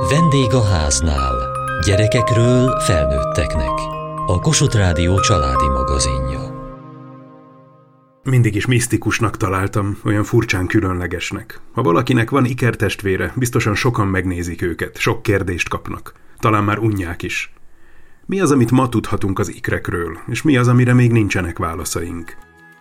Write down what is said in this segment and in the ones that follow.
Vendég a háznál. Gyerekekről felnőtteknek. A Kossuth Rádió családi magazinja. Mindig is misztikusnak találtam, olyan furcsán különlegesnek. Ha valakinek van ikertestvére, biztosan sokan megnézik őket, sok kérdést kapnak. Talán már unják is. Mi az, amit ma tudhatunk az ikrekről, és mi az, amire még nincsenek válaszaink?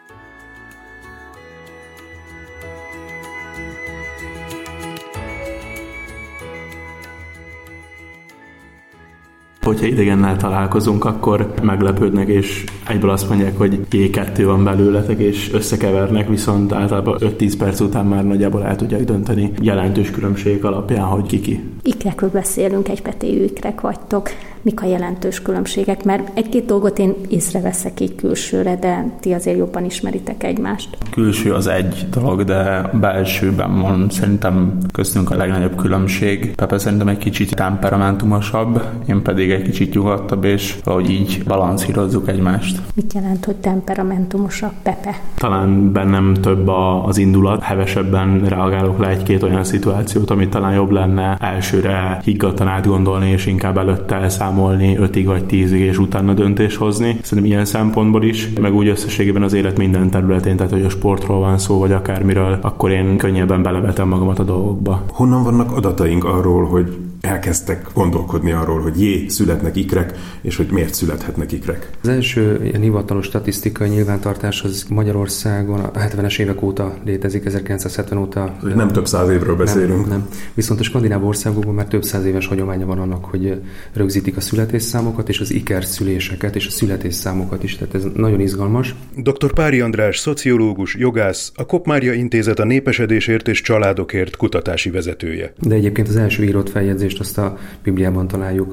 Hogyha idegennel találkozunk, akkor meglepődnek, és egyből azt mondják, hogy J2 van belőletek, és összekevernek, viszont általában 5-10 perc után már nagyjából el tudják dönteni jelentős különbség alapján, hogy ki. Ikrekről beszélünk, egypetéjű ikrek vagytok. Mik a jelentős különbségek? Mert egy-két dolgot én észreveszek így külsőre, de ti azért jobban ismeritek egymást. Külső az egy dolog, de belsőben van szerintem köztünk a legnagyobb különbség. Pepe szerintem egy kicsit temperamentumosabb, én pedig egy kicsit nyugodtabb, és valahogy így balanszírozzuk egymást. Mit jelent, hogy temperamentumosabb Pepe? Talán bennem több az indulat, hevesebben reagálok le egy-két olyan szituációt, amit talán jobb lenne elsőre higgadtan átgondolni, és inkább előtte elszámolni 5-ig vagy 10-ig, és utána döntést hozni. Szerintem ilyen szempontból is, meg úgy összességében az élet minden területén, tehát hogy a sportról van szó, vagy akármiről, akkor én könnyebben belevetem magamat a dolgokba. Honnan vannak adataink arról, hogy elkezdtek gondolkodni arról, hogy születnek ikrek, és hogy miért születhetnek ikrek? Az első ilyen hivatalos statisztikai nyilvántartás az Magyarországon a 70-es évek óta létezik, 1970 óta. Nem több száz évről beszélünk. Nem. Viszont a skandináv országokban már több száz éves hagyománya van annak, hogy rögzítik a születésszámokat és az ikerszüléseket és a születésszámokat is, tehát ez nagyon izgalmas. Dr. Pári András, szociológus, jogász, a Kopp-Mária Intézet a népesedésért és családokért kutatási vezetője. De egyébként az első írott feljegyzést azt a Bibliában találjuk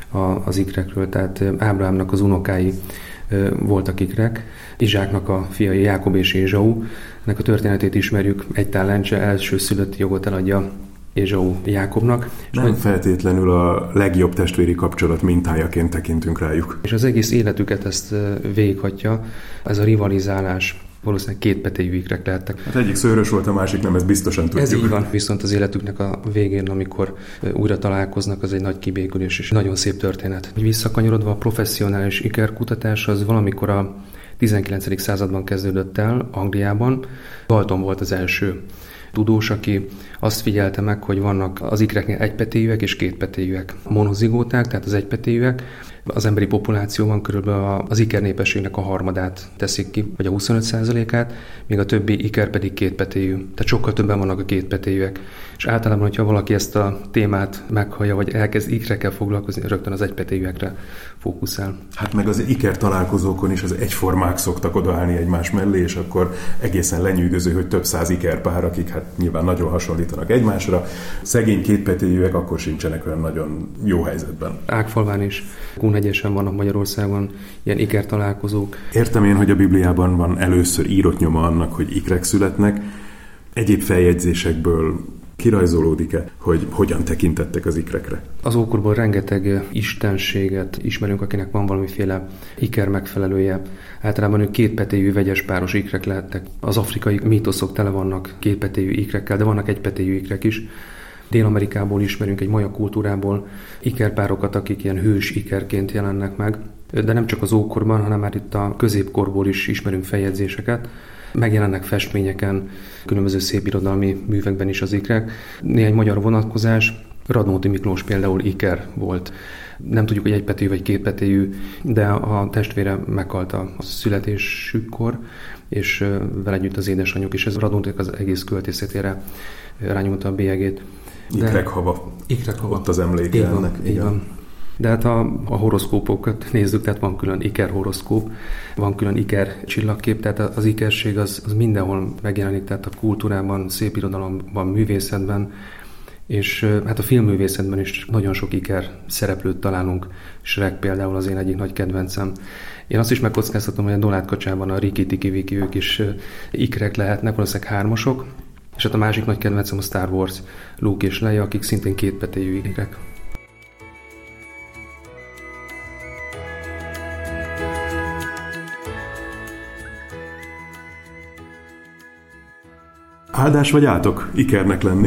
az ikrekről, tehát Ábrahámnak az unokái voltak ikrek, Izsáknak a fiai Jákob és Ézsau. Ennek a történetét ismerjük, egy tálencse első szülötti jogot eladja Ézsau Jákobnak. Nem feltétlenül a legjobb testvéri kapcsolat mintájaként tekintünk rájuk. És az egész életüket ezt végighatja, ez a rivalizálás. Valószínűleg kétpetéjű ikrek lehettek. Hát egyik szőrös volt, a másik nem, ezt biztosan tudjuk. Ez így van, viszont az életüknek a végén, amikor újra találkoznak, az egy nagy kibékülés és nagyon szép történet. Visszakanyarodva, a professzionális ikerkutatás az valamikor a 19. században kezdődött el Angliában. Dalton volt az első tudós, aki azt figyelte meg, hogy vannak az ikreknél egypetéjűek és kétpetéjűek. Monozigóták, tehát az egypetéjűek, az emberi populációban körülbelül az iker népességnek a harmadát teszik ki, vagy a 25%-át, míg a többi iker pedig kétpetéjű. Tehát sokkal többen vannak a kétpetéjűek. És általában, hogyha valaki ezt a témát meghallja, vagy elkezd ikrekkel foglalkozni, rögtön az egypetéjűekre fókuszál. Hát meg az iker találkozókon is az egyformák szoktak odaállni egymás mellé, és akkor egészen lenyűgöző, hogy több száz ikerpár, akik hát nyilván nagyon hasonlítanak egymásra. Szegény kétpetéjűek akkor sincsenek olyan nagyon jó helyzetben. Ágfalván is, Kunhegyesen vannak Magyarországon ilyen iker találkozók. Értem én, hogy a Bibliában van először írott nyoma annak, hogy ikrek születnek. Egyéb feljegyzésekből kirajzolódik-e, hogy hogyan tekintettek az ikrekre? Az ókorból rengeteg istenséget ismerünk, akinek van valamiféle iker megfelelője. Általában ők kétpetéjű vegyes páros ikrek lehettek. Az afrikai mítoszok tele vannak kétpetéjű ikrekkel, de vannak egypetéjű ikrek is. Dél-Amerikából ismerünk, egy maja kultúrából ikerpárokat, akik ilyen hős ikerként jelennek meg. De nem csak az ókorban, hanem már itt a középkorból is ismerünk feljegyzéseket. Megjelennek festményeken, különböző szépirodalmi művekben is az ikrek. Néhány magyar vonatkozás, Radnóti Miklós például iker volt. Nem tudjuk, hogy egypetéjű vagy kétpetéjű, de a testvére meghalt a születésükkor, és vele együtt az édesanyjuk, és ez Radnótinak az egész költészetére rányomta a bélyegét. Ikrekhava. Ott az emléke ennek. Így van. De hát a horoszkópokat nézzük, tehát van külön iker horoszkóp, van külön iker csillagkép, tehát az ikerség az mindenhol megjelenik, tehát a kultúrában, szépirodalomban, művészetben, és hát a filmművészetben is nagyon sok iker szereplőt találunk. Shrek például az én egyik nagy kedvencem. Én azt is megkockáztatom, hogy a Donát kacsában a Riki-Tiki-Viki ők is ikrek lehetnek, valószínűleg 3-asok, és hát a másik nagy kedvencem a Star Wars, Luke és Leia, akik szintén kétpetéjű ikrek. Áldás vagy átok ikernek lenni?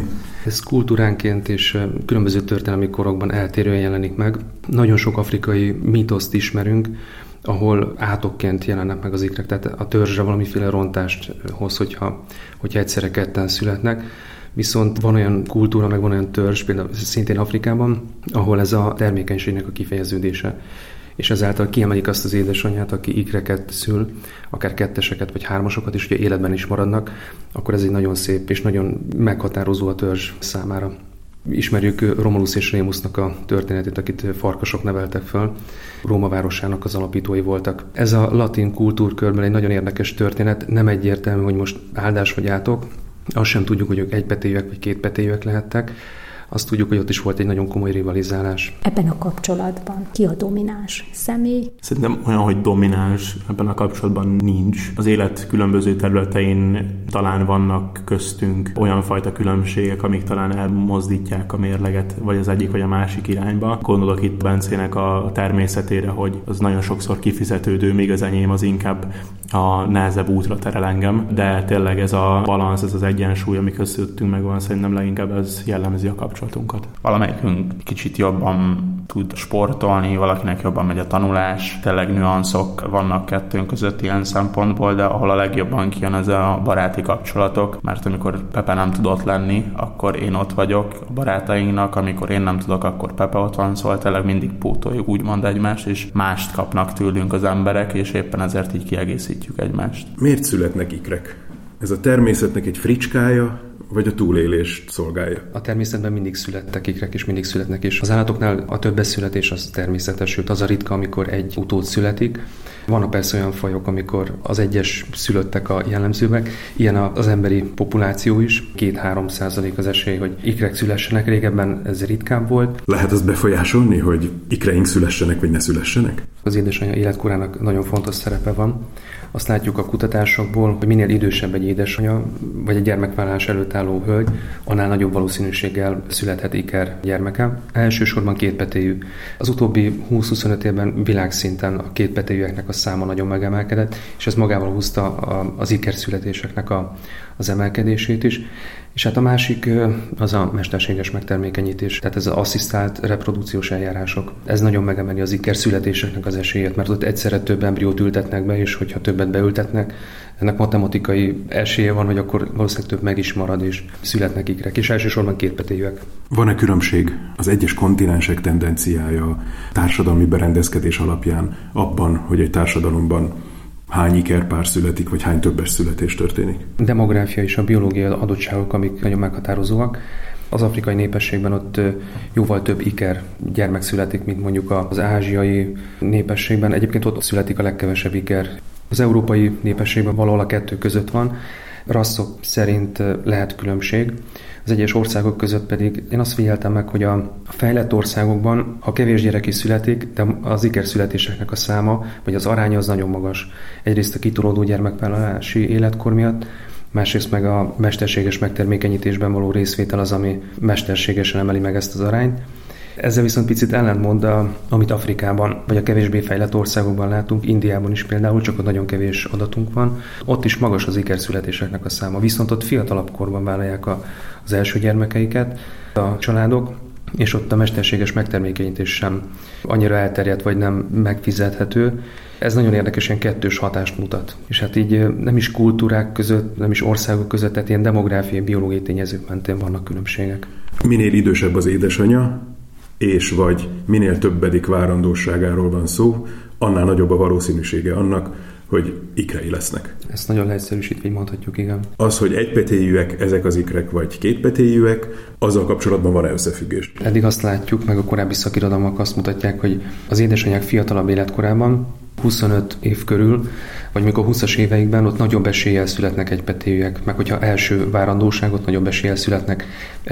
Ez kultúránként és különböző történelmi korokban eltérően jelenik meg. Nagyon sok afrikai mítoszt ismerünk, ahol átokként jelennek meg az ikrek, tehát a törzsre valamiféle rontást hoz, hogyha egyszerre ketten születnek. Viszont van olyan kultúra, meg van olyan törzs, például szintén Afrikában, ahol ez a termékenységnek a kifejeződése. És ezáltal kiemelik azt az édesanyját, aki ikreket szül, akár ketteseket vagy hármasokat is, hogyha életben is maradnak, akkor ez egy nagyon szép és nagyon meghatározó a törzs számára. Ismerjük Romulus és Rémusnak a történetét, akit farkasok neveltek föl. Róma városának az alapítói voltak. Ez a latin kultúrkörben egy nagyon érdekes történet, nem egyértelmű, hogy most áldás vagy átok. Azt sem tudjuk, hogy ők egypetélyűek vagy kétpetélyűek lehettek. Azt tudjuk, hogy ott is volt egy nagyon komoly rivalizálás. Ebben a kapcsolatban ki a domináns személy? Szerintem olyan, hogy domináns ebben a kapcsolatban nincs. Az élet különböző területein talán vannak köztünk olyan fajta különbségek, amik talán elmozdítják a mérleget, vagy az egyik, vagy a másik irányba. Gondolok itt Bencének a természetére, hogy az nagyon sokszor kifizetődő, még az enyém az inkább a nehezebb útra terel engem, de tényleg ez a balansz, ez az egyensúly, ami közöttünk megvan, szerintem leginkább ez jellemzi a kapcsolatunkat. Valamelyikünk kicsit jobban tud sportolni, valakinek jobban megy a tanulás, tényleg nüanszok vannak kettőnk között ilyen szempontból, de ahol a legjobban kijön ez a baráti kapcsolatok, mert amikor Pepe nem tud ott lenni, akkor én ott vagyok a barátainknak, amikor én nem tudok, akkor Pepe ott van, szóval tényleg mindig pótoljuk úgymond egymást, és mást kapnak tőlünk az emberek, és éppen ezért így kiegészítjük egymást. Miért születnek ikrek? Ez a természetnek egy fricskája, vagy a túlélést szolgálja? A természetben mindig születtek ikrek, és mindig születnek is. Az állatoknál a többeszületés az természetes, sőt az a ritka, amikor egy utód születik. Vannak persze olyan fajok, amikor az egyes szülöttek a jellemzőek, ilyen az emberi populáció is, 2-3% az esély, hogy ikrek szülessenek, régebben ez ritkább volt. Lehet azt befolyásolni, hogy ikreink szülessenek, vagy ne szülessenek? Az édesanyja életkorának nagyon fontos szerepe van. Azt látjuk a kutatásokból, hogy minél idősebb egy édesanyja, vagy egy gyermekvállalás előtt álló hölgy, annál nagyobb valószínűséggel születhet iker gyermeke. Elsősorban kétpetélyű. Az utóbbi 20-25 évben világszinten a kétpetélyűeknek a száma nagyon megemelkedett, és ez magával hozta az ikerszületéseknek az emelkedését is. És hát a másik az a mesterséges megtermékenyítés, tehát ez az asszisztált reprodukciós eljárások. Ez nagyon megemeli az ikerszületéseknek az esélyét, mert ott egyszerre több embriót ültetnek be, és hogyha többet beültetnek, ennek matematikai esélye van, hogy akkor valószínűleg több meg is marad, és születnek ikrek, és elsősorban kétpetélyűek. Van-e különbség az egyes kontinensek tendenciája társadalmi berendezkedés alapján abban, hogy egy társadalomban hány ikerpár születik, vagy hány többes születés történik? A demográfia és a biológiai adottságok, amik nagyon meghatározóak. Az afrikai népességben ott jóval több iker gyermek születik, mint mondjuk az ázsiai népességben. Egyébként ott születik a legkevesebb iker. Az európai népességben valahol a kettő között van. Rasszok szerint lehet különbség. Az egyes országok között pedig én azt figyeltem meg, hogy a fejlett országokban, ha kevés gyerek is születik, de az ikerszületéseknek a száma, vagy az aránya az nagyon magas. Egyrészt a kitolódó gyermekvállalási életkor miatt, másrészt meg a mesterséges megtermékenyítésben való részvétel az, ami mesterségesen emeli meg ezt az arányt. Ezzel viszont picit ellentmond, amit Afrikában, vagy a kevésbé fejlett országokban látunk, Indiában is például, csak ott nagyon kevés adatunk van. Ott is magas az ikerszületéseknek a száma, viszont ott fiatalabb korban vállalják az első gyermekeiket a családok, és ott a mesterséges megtermékenyítés sem annyira elterjedt, vagy nem megfizethető. Ez nagyon érdekes, ilyen kettős hatást mutat. És hát így nem is kultúrák között, nem is országok között, tehát ilyen demográfiai, biológiai tényezők mentén vannak különbségek. Minél idősebb az édesanyja, és vagy minél többedik várandóságáról van szó, annál nagyobb a valószínűsége annak, hogy ikrei lesznek. Ezt nagyon leegyszerűsítve mondhatjuk, igen. Az, hogy egypetélyűek ezek az ikrek, vagy kétpetélyűek, azzal kapcsolatban van-e összefüggés? Eddig azt látjuk, meg a korábbi szakirodalmak azt mutatják, hogy az édesanyák fiatalabb életkorában, 25 év körül, vagy mikor 20-as éveikben ott nagyobb eséllyel születnek egypetélyűek, meg hogyha első várandóságot nagyobb eséllyel születnek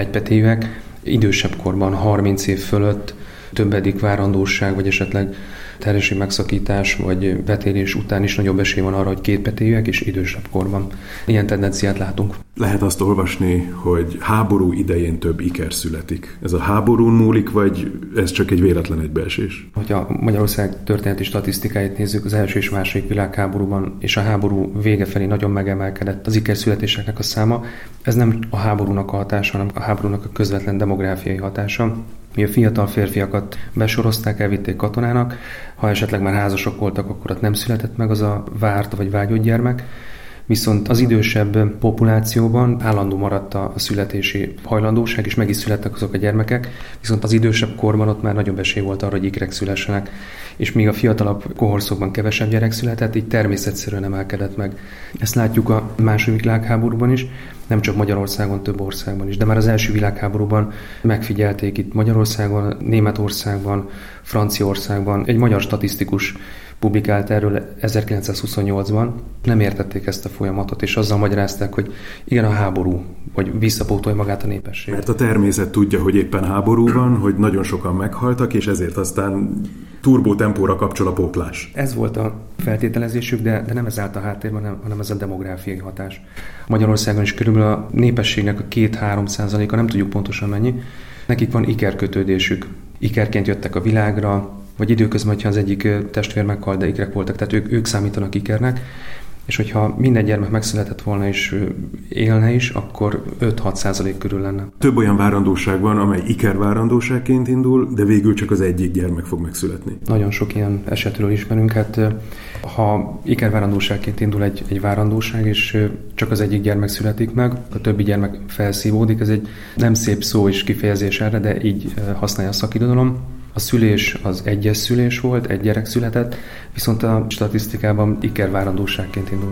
egypetélyűek, idősebb korban, 30 év fölött többedik várandóság, vagy esetleg terhesség megszakítás vagy vetélés után is nagyobb esély van arra, hogy kétpetéjűek és idősebb korban. Ilyen tendenciát látunk. Lehet azt olvasni, hogy háború idején több iker születik. Ez a háborún múlik, vagy ez csak egy véletlen egybeesés? Hogyha Magyarország történeti statisztikáit nézzük, az első és második világháborúban és a háború vége felé nagyon megemelkedett az ikerszületéseknek a száma. Ez nem a háborúnak a hatása, hanem a háborúnak a közvetlen demográfiai hatása. Mi a fiatal férfiakat besorozták, elvitték katonának, ha esetleg már házasok voltak, akkor ott nem született meg az a várt vagy vágyott gyermek. Viszont az idősebb populációban állandó maradt a születési hajlandóság, és meg is születtek azok a gyermekek, viszont az idősebb korban ott már nagyobb esély volt arra, hogy ikrek szülessenek. És míg a fiatalabb kohorszokban kevesebb gyerek született, így természetszerűen emelkedett meg. Ezt látjuk a második világháborúban is, nem csak Magyarországon, több országban is, de már az első világháborúban megfigyelték itt Magyarországon, Németországban, Franciaországban. Egy magyar statisztikus publikált erről 1928-ban, nem értették ezt a folyamatot, és azzal magyarázták, hogy igen, a háború, hogy visszapótolja magát a népesség. Mert a természet tudja, hogy éppen háború van, hogy nagyon sokan meghaltak, és ezért aztán turbótempóra kapcsol a pótlás. Ez volt a feltételezésük, de nem ez állt a háttérben, hanem ez a demográfiai hatás. Magyarországon is körülbelül a népességnek a 2-3%-a, nem tudjuk pontosan mennyi, nekik van ikerkötődésük. Ikerként jöttek a világra, vagy időközben, hogyha az egyik testvér meghalt, de ikrek voltak, tehát ők számítanak ikernek, és hogyha minden gyermek megszületett volna és élne is, akkor 5-6% körül lenne. Több olyan várandóság van, amely ikervárandóságként indul, de végül csak az egyik gyermek fog megszületni. Nagyon sok ilyen esetről ismerünk. Hát, ha ikervárandóságként indul egy várandóság, és csak az egyik gyermek születik meg, a többi gyermek felszívódik, ez egy nem szép szó és kifejezés erre, de így használja a szakirodalom. A szülés az egyes szülés volt, egy gyerek született, viszont a statisztikában ikervárandóságként indul.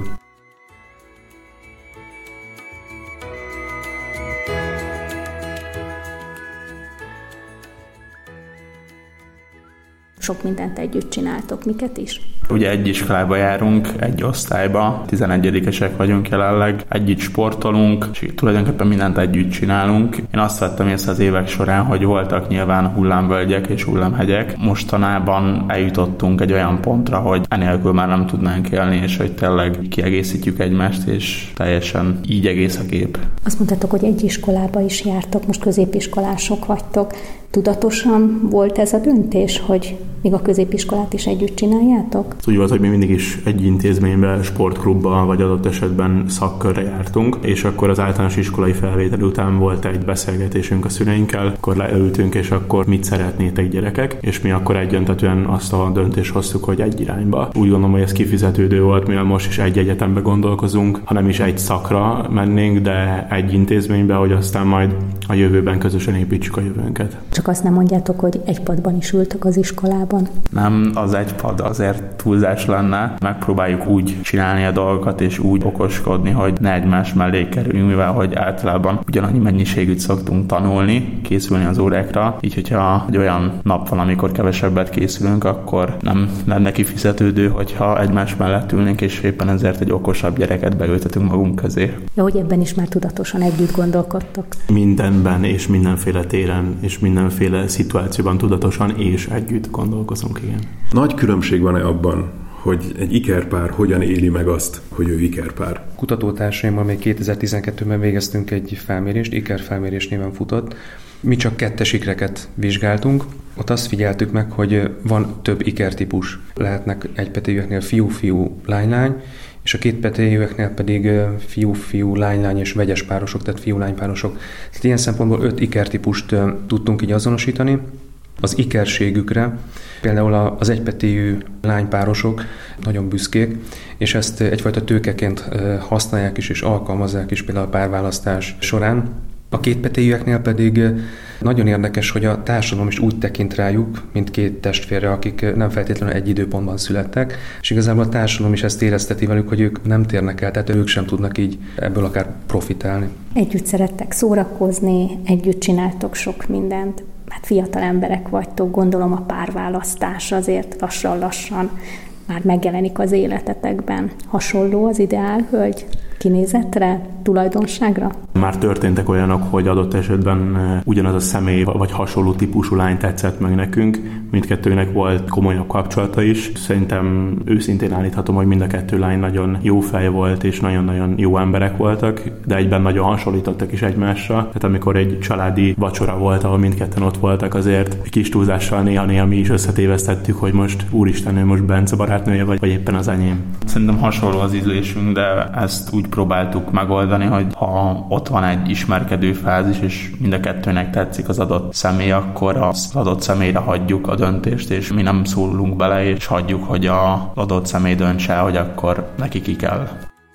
Sok mindent együtt csináltok, miket is? Ugye egy iskolába járunk, egy osztályba, 11-esek vagyunk jelenleg, együtt sportolunk, és tulajdonképpen mindent együtt csinálunk. Én azt vettem észre az évek során, hogy voltak nyilván hullámvölgyek és hullámhegyek. Mostanában eljutottunk egy olyan pontra, hogy enélkül már nem tudnánk élni, és hogy tényleg kiegészítjük egymást, és teljesen így egész a kép. Azt mondtátok, hogy egy iskolába is jártok, most középiskolások vagytok. Tudatosan volt ez a döntés, hogy még a középiskolát is együtt csináljátok? Úgy volt, hogy mi mindig is egy intézményben, sportklubban vagy adott esetben szakkörre jártunk, és akkor az általános iskolai felvétel után volt egy beszélgetésünk a szüleinkkel, akkor leültünk, és akkor mit szeretnétek gyerekek, és mi akkor egyöntetően azt a döntést hoztuk, hogy egy irányba. Úgy gondolom, hogy ez kifizetődő volt, mivel most is egy egyetembe gondolkozunk, hanem is egy szakra mennénk, de egy intézménybe, hogy aztán majd a jövőben közösen építsük a jövőnket. Csak azt nem mondjátok, hogy egy padban is ültök az iskolában? Nem, az egy pad azért túlzás lenne. Megpróbáljuk úgy csinálni a dolgokat, és úgy okoskodni, hogy ne egymás mellé kerüljünk, mivel hogy általában ugyanannyi mennyiségűt szoktunk tanulni, készülni az órákra. Így, hogyha egy olyan nap van, amikor kevesebbet készülünk, akkor nem lenne kifizetődő, hogyha egymás mellett ülnénk, és éppen ezért egy okosabb gyereket beültetünk magunk közé. De hogy ebben is már tudatosan együtt gondolkodtok? Mindenben és mindenféle téren és mindenféle szituációban tudatosan és együtt gondolkozunk, igen. Nagy különbség van-e abban, hogy egy ikerpár hogyan éli meg azt, hogy ő ikerpár? Kutatótársaimmal még 2012-ben végeztünk egy felmérést, ikerfelmérés néven futott. Mi csak 2 ikreket vizsgáltunk. Ott azt figyeltük meg, hogy van több ikertípus. Lehetnek egypetéjűeknél fiú-fiú, lány-lány, és a kétpetéjűeknél pedig fiú-fiú, lány-lány és vegyes párosok, tehát fiú-lány párosok. Tehát ilyen szempontból 5 ikertípust tudtunk így azonosítani. Az ikerségükre például az egypetéjű lánypárosok nagyon büszkék, és ezt egyfajta tőkeként használják is és alkalmazzák is például a párválasztás során. A kétpetéjűeknél pedig nagyon érdekes, hogy a társadalom is úgy tekint rájuk, mint 2 testvérre, akik nem feltétlenül egy időpontban születtek, és igazából a társadalom is ezt érezteti velük, hogy ők nem térnek el, tehát ők sem tudnak így ebből akár profitálni. Együtt szerettek szórakozni, együtt csináltok sok mindent. Hát fiatal emberek vagytok, gondolom a párválasztás azért lassan-lassan már megjelenik az életetekben. Hasonló az ideálhölgy kinézetre, tulajdonságra? Már történtek olyanok, hogy adott esetben ugyanaz a személy vagy hasonló típusú lány tetszett meg nekünk. Mindkettőnek volt komolyabb kapcsolata is. Szerintem őszintén állíthatom, hogy mind a kettő lány nagyon jó fej volt, és nagyon-nagyon jó emberek voltak, de egyben nagyon hasonlítottak is egymásra. Tehát amikor egy családi vacsora volt, ahol mindketten ott voltak, azért egy kis túlzással néha mi is összetévesztettük, hogy most úristen, ő most Bence barátnője, vagy éppen az enyém. Szerintem hasonló az ízlésünk, de ezt úgy próbáltuk megoldani, hogy ha ott van egy ismerkedő fázis, és mind a kettőnek tetszik az adott személy, akkor az adott személyre hagyjuk a döntést, és mi nem szólunk bele, és hagyjuk, hogy az adott személy döntse, hogy akkor neki ki kell.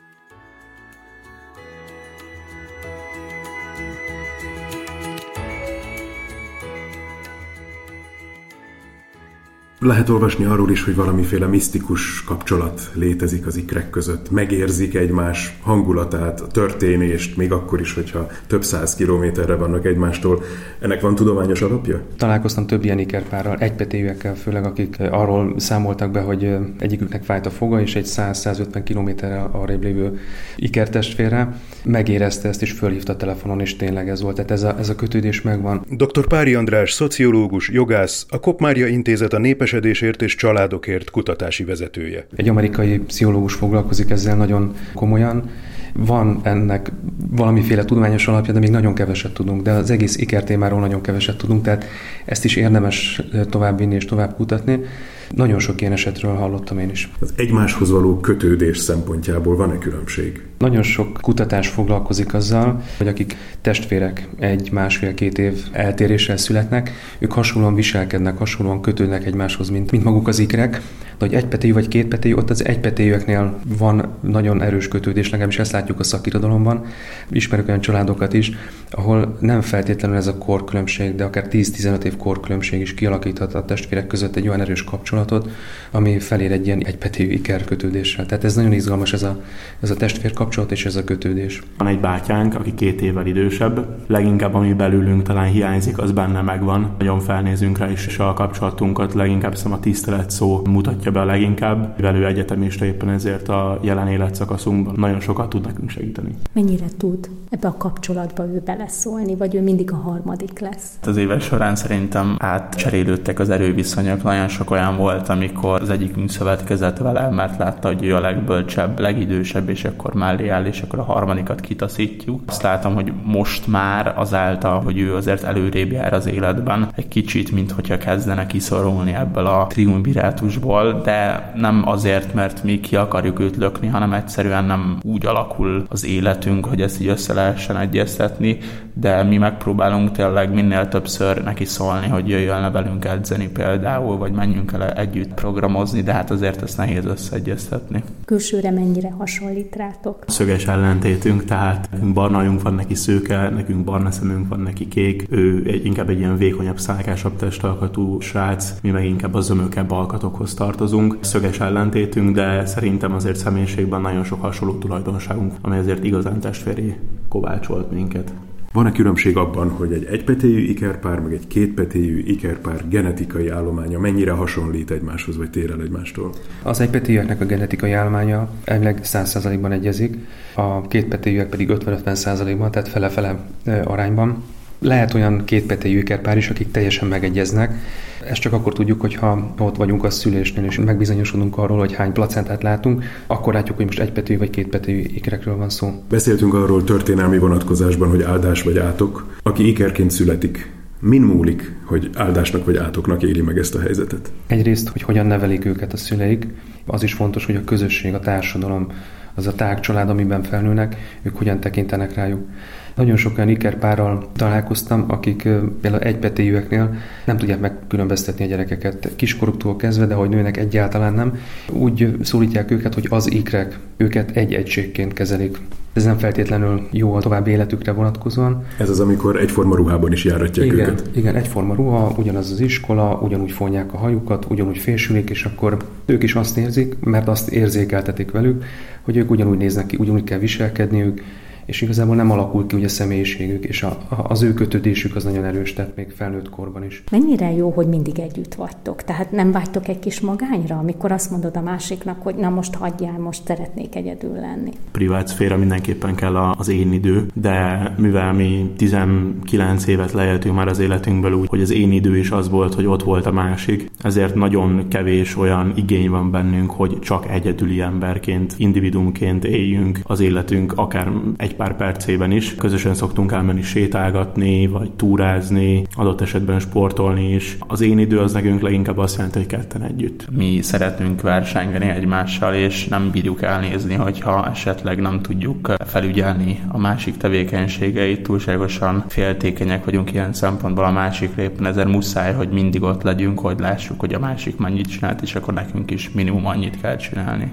Lehet olvasni arról is, hogy valamiféle misztikus kapcsolat létezik az ikrek között. Megérzik egymás hangulatát, a történést, még akkor is, hogyha több 100 kilométerre vannak egymástól. Ennek van tudományos alapja? Találkoztam több ilyen ikerpárral, egypetéjűekkel főleg, akik arról számoltak be, hogy egyiküknek fájt a foga, és egy 100-150 kilométerre arrébb lévő ikertestvére megérezte ezt, és fölhívta a telefonon, és tényleg ez volt. Tehát ez a kötődés megvan. Dr. Pári András, szociológus, jogász, a Kopp Mária Intézet a népesedésért és családokért kutatási vezetője. Egy amerikai pszichológus foglalkozik ezzel nagyon komolyan. Van ennek valamiféle tudományos alapja, de még nagyon keveset tudunk, de az egész ikertémáról nagyon keveset tudunk, tehát ezt is érdemes továbbvinni és tovább kutatni. Nagyon sok ilyen esetről hallottam én is. Az egymáshoz való kötődés szempontjából van-e különbség? Nagyon sok kutatás foglalkozik azzal, hogy akik testvérek 1-1,5-2 év eltéréssel születnek, ők hasonlóan viselkednek, hasonlóan kötődnek egymáshoz, mint maguk az ikrek, de hogy egypetéjű vagy kétpetéjű, ott az egypetéjűeknél van nagyon erős kötődés, legalábbis ezt látjuk a szakirodalomban. Ismerek olyan családokat is, ahol nem feltétlenül ez a korkülönbség, de akár 10-15 év korkülönbség is kialakíthat a testvérek között egy olyan erős kapcsolatot, ami felér egy ilyen egypetéjű ikerkötődéssel. Tehát ez nagyon izgalmas, ez a testvér kapcsolat és ez a kötődés. Van egy bátyánk, aki 2 évvel idősebb, leginkább ami belülünk talán hiányzik, az benne megvan. Nagyon felnézünk rá is, és a kapcsolatunkat leginkább a tisztelet szó mutatja be a leginkább. Velő egyetemista, éppen ezért a jelen életszakaszunkban nagyon sokat tud nekünk segíteni. Mennyire tud ebbe a kapcsolatba ő beleszólni, vagy ő mindig a harmadik lesz? Az évek során szerintem átcserélődtek az erőviszonyok. Nagyon sok olyan volt, amikor az egyikünk szövetkezett vele, mert látta, hogy ő a legbölcsebb, legidősebb, és akkor mellé áll, és akkor a harmadikat kitaszítjuk. Azt látom, hogy most már azáltal, hogy ő azért előrébb jár az életben, egy kicsit, minthogyha kezdene kiszorulni ebből a triumvirátusból, de nem azért, mert mi ki akarjuk őt lökni, hanem egyszerűen nem úgy alakul az életünk, hogy ezt így össze lehessen egyeztetni, de mi megpróbálunk tényleg minél többször neki szólni, hogy jöjjön le velünk edzeni például, vagy menjünk el együtt programozni, de hát azért ezt nehéz összeegyeztetni. Külsőre mennyire hasonlít rátok? Szöges ellentétünk, tehát barna hajunk van, neki szőke, nekünk barna szemünk van, neki kék. Ő inkább egy ilyen vékonyabb, szálkásabb testalkatú srác, mi meg inkább a zömökebb alkatokhoz tartozunk. Szöges ellentétünk, de szerintem azért személyiségben nagyon sok hasonló tulajdonságunk, ami azért igazán testvéré kovácsolt minket. Van-e különbség abban, hogy egy egypetéjű ikerpár, meg egy kétpetéjű ikerpár genetikai állománya mennyire hasonlít egymáshoz, vagy tér el egymástól? Az egypetéjűeknek a genetikai állománya elvileg 100%-ban egyezik, a kétpetéjűek pedig 50-50%-ban, tehát fele-fele arányban. Lehet olyan kétpetéjű ikerpár is, akik teljesen megegyeznek. Ezt csak akkor tudjuk, hogyha ott vagyunk a szülésnél, és megbizonyosodunk arról, hogy hány placentát látunk, akkor látjuk, hogy most egypetéjű vagy kétpetéjű ikerekről van szó. Beszéltünk arról történelmi vonatkozásban, hogy áldás vagy átok. Aki ikerként születik, min múlik, hogy áldásnak vagy átoknak éli meg ezt a helyzetet? Egyrészt, hogy hogyan nevelik őket a szüleik. Az is fontos, hogy a közösség, a társadalom, az a tágcsalád, amiben felnőnek, ők hogyan tekintenek rájuk. Nagyon sok olyan ikerpárral találkoztam, akik például egypetéjűeknél nem tudják megkülönböztetni a gyerekeket kiskoruktól kezdve, de hogy nőnek egyáltalán nem. Úgy szólítják őket, hogy az ikrek, őket egy egységként kezelik. Ez nem feltétlenül jó a további életükre vonatkozóan. Ez az, amikor egyforma ruhában is járatják őket. Igen, egyforma ruha, ugyanaz az iskola, ugyanúgy fonják a hajukat, ugyanúgy fésülik, és akkor ők is azt érzik, mert azt érzékeltetik velük, hogy ők ugyanúgy néznek ki, ugyanúgy kell viselkedniük, és igazából nem alakul ki ugye a személyiségük, és az ő kötődésük az nagyon erős, tehát még felnőtt korban is. Mennyire jó, hogy mindig együtt vagytok? Tehát nem vágytok egy kis magányra, amikor azt mondod a másiknak, hogy na most hagyjál, most szeretnék egyedül lenni? Privát szféra mindenképpen kell az én idő, de mivel mi 19 évet leéltünk már az életünkből úgy, hogy az én idő is az volt, hogy ott volt a másik, ezért nagyon kevés olyan igény van bennünk, hogy csak egyedüli emberként, individumként éljünk az életünk, akár egy pár percében is. Közösen szoktunk elmenni sétálgatni, vagy túrázni, adott esetben sportolni is. Az én idő az nekünk leginkább azt jelenti, hogy ketten együtt. Mi szeretünk versengeni egymással, és nem bírjuk elnézni, hogyha esetleg nem tudjuk felügyelni a másik tevékenységeit, túlságosan féltékenyek vagyunk ilyen szempontból a másikra, éppen ezért muszáj, hogy mindig ott legyünk, hogy lássuk, hogy a másik mennyit csinált, és akkor nekünk is minimum annyit kell csinálni.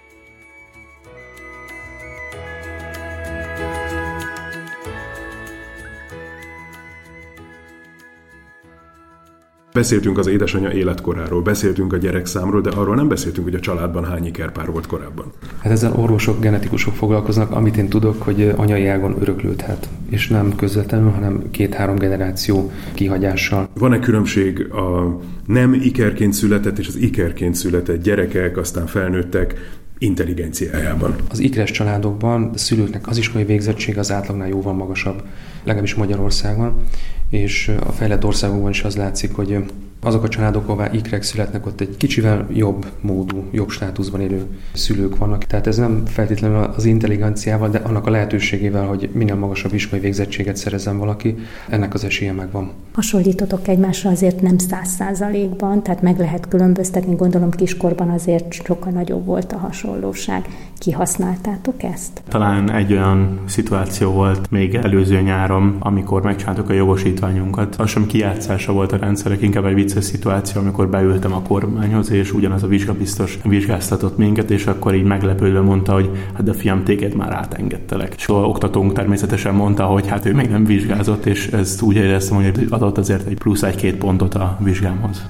Beszéltünk az édesanyja életkoráról, beszéltünk a gyerekszámról, de arról nem beszéltünk, hogy a családban hány ikerpár volt korábban. Hát ezzel orvosok, genetikusok foglalkoznak, amit én tudok, hogy anyai ágon öröklődhet, és nem közvetlenül, hanem 2-3 generáció kihagyással. Van-e különbség a nem ikerként született és az ikerként született gyerekek, aztán felnőttek intelligenciájában? Az ikres családokban a szülőknek az iskolai végzettség az átlagnál jóval magasabb, legalábbis Magyarországon, és a fejlett országokban is az látszik, hogy azok a családok, ahová ikrek születnek, ott egy kicsivel jobb módú, jobb státuszban élő szülők vannak. Tehát ez nem feltétlenül az intelligenciával, de annak a lehetőségével, hogy minél magasabb iskolai végzettséget szerezzen valaki, ennek az esélye megvan. Hasonlítotok egymásra azért nem 100%-ban, tehát meg lehet különböztetni, gondolom kiskorban azért sokkal nagyobb volt a hasonlóság. Kihasználtátok ezt? Talán egy olyan szituáció volt még előző nyáron, amikor megcsináltuk a jogosítványunkat. Az sem kijátszása volt a rendszerek, inkább egy vicces szituáció, amikor beültem a kormányhoz, és ugyanaz a vizsgabiztos vizsgáztatott minket, és akkor így meglepődve mondta, hogy hát de fiam, téged már átengedtelek. És oktatónk természetesen mondta, hogy hát ő még nem vizsgázott, és ezt úgy éreztem, hogy adott azért egy plusz 1-2 pontot a vizsgámhoz.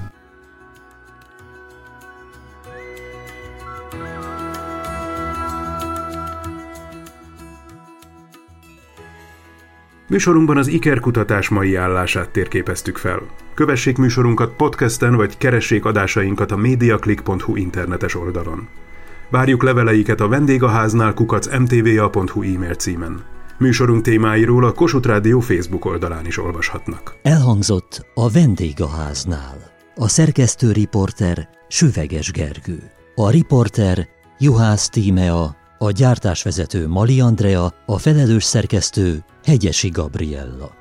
Műsorunkban az ikerkutatás mai állását térképeztük fel. Kövessék műsorunkat podcasten, vagy keressék adásainkat a mediaclick.hu internetes oldalon. Várjuk leveleiket a vendégháznál @mtva.hu e-mail címen. Műsorunk témáiról a Kossuth Rádió Facebook oldalán is olvashatnak. Elhangzott a vendégháznál. A szerkesztő riporter Süveges Gergő. A riporter Juhász Tímea, a gyártásvezető Mali Andrea, a felelős szerkesztő Hegyesi Gabriella.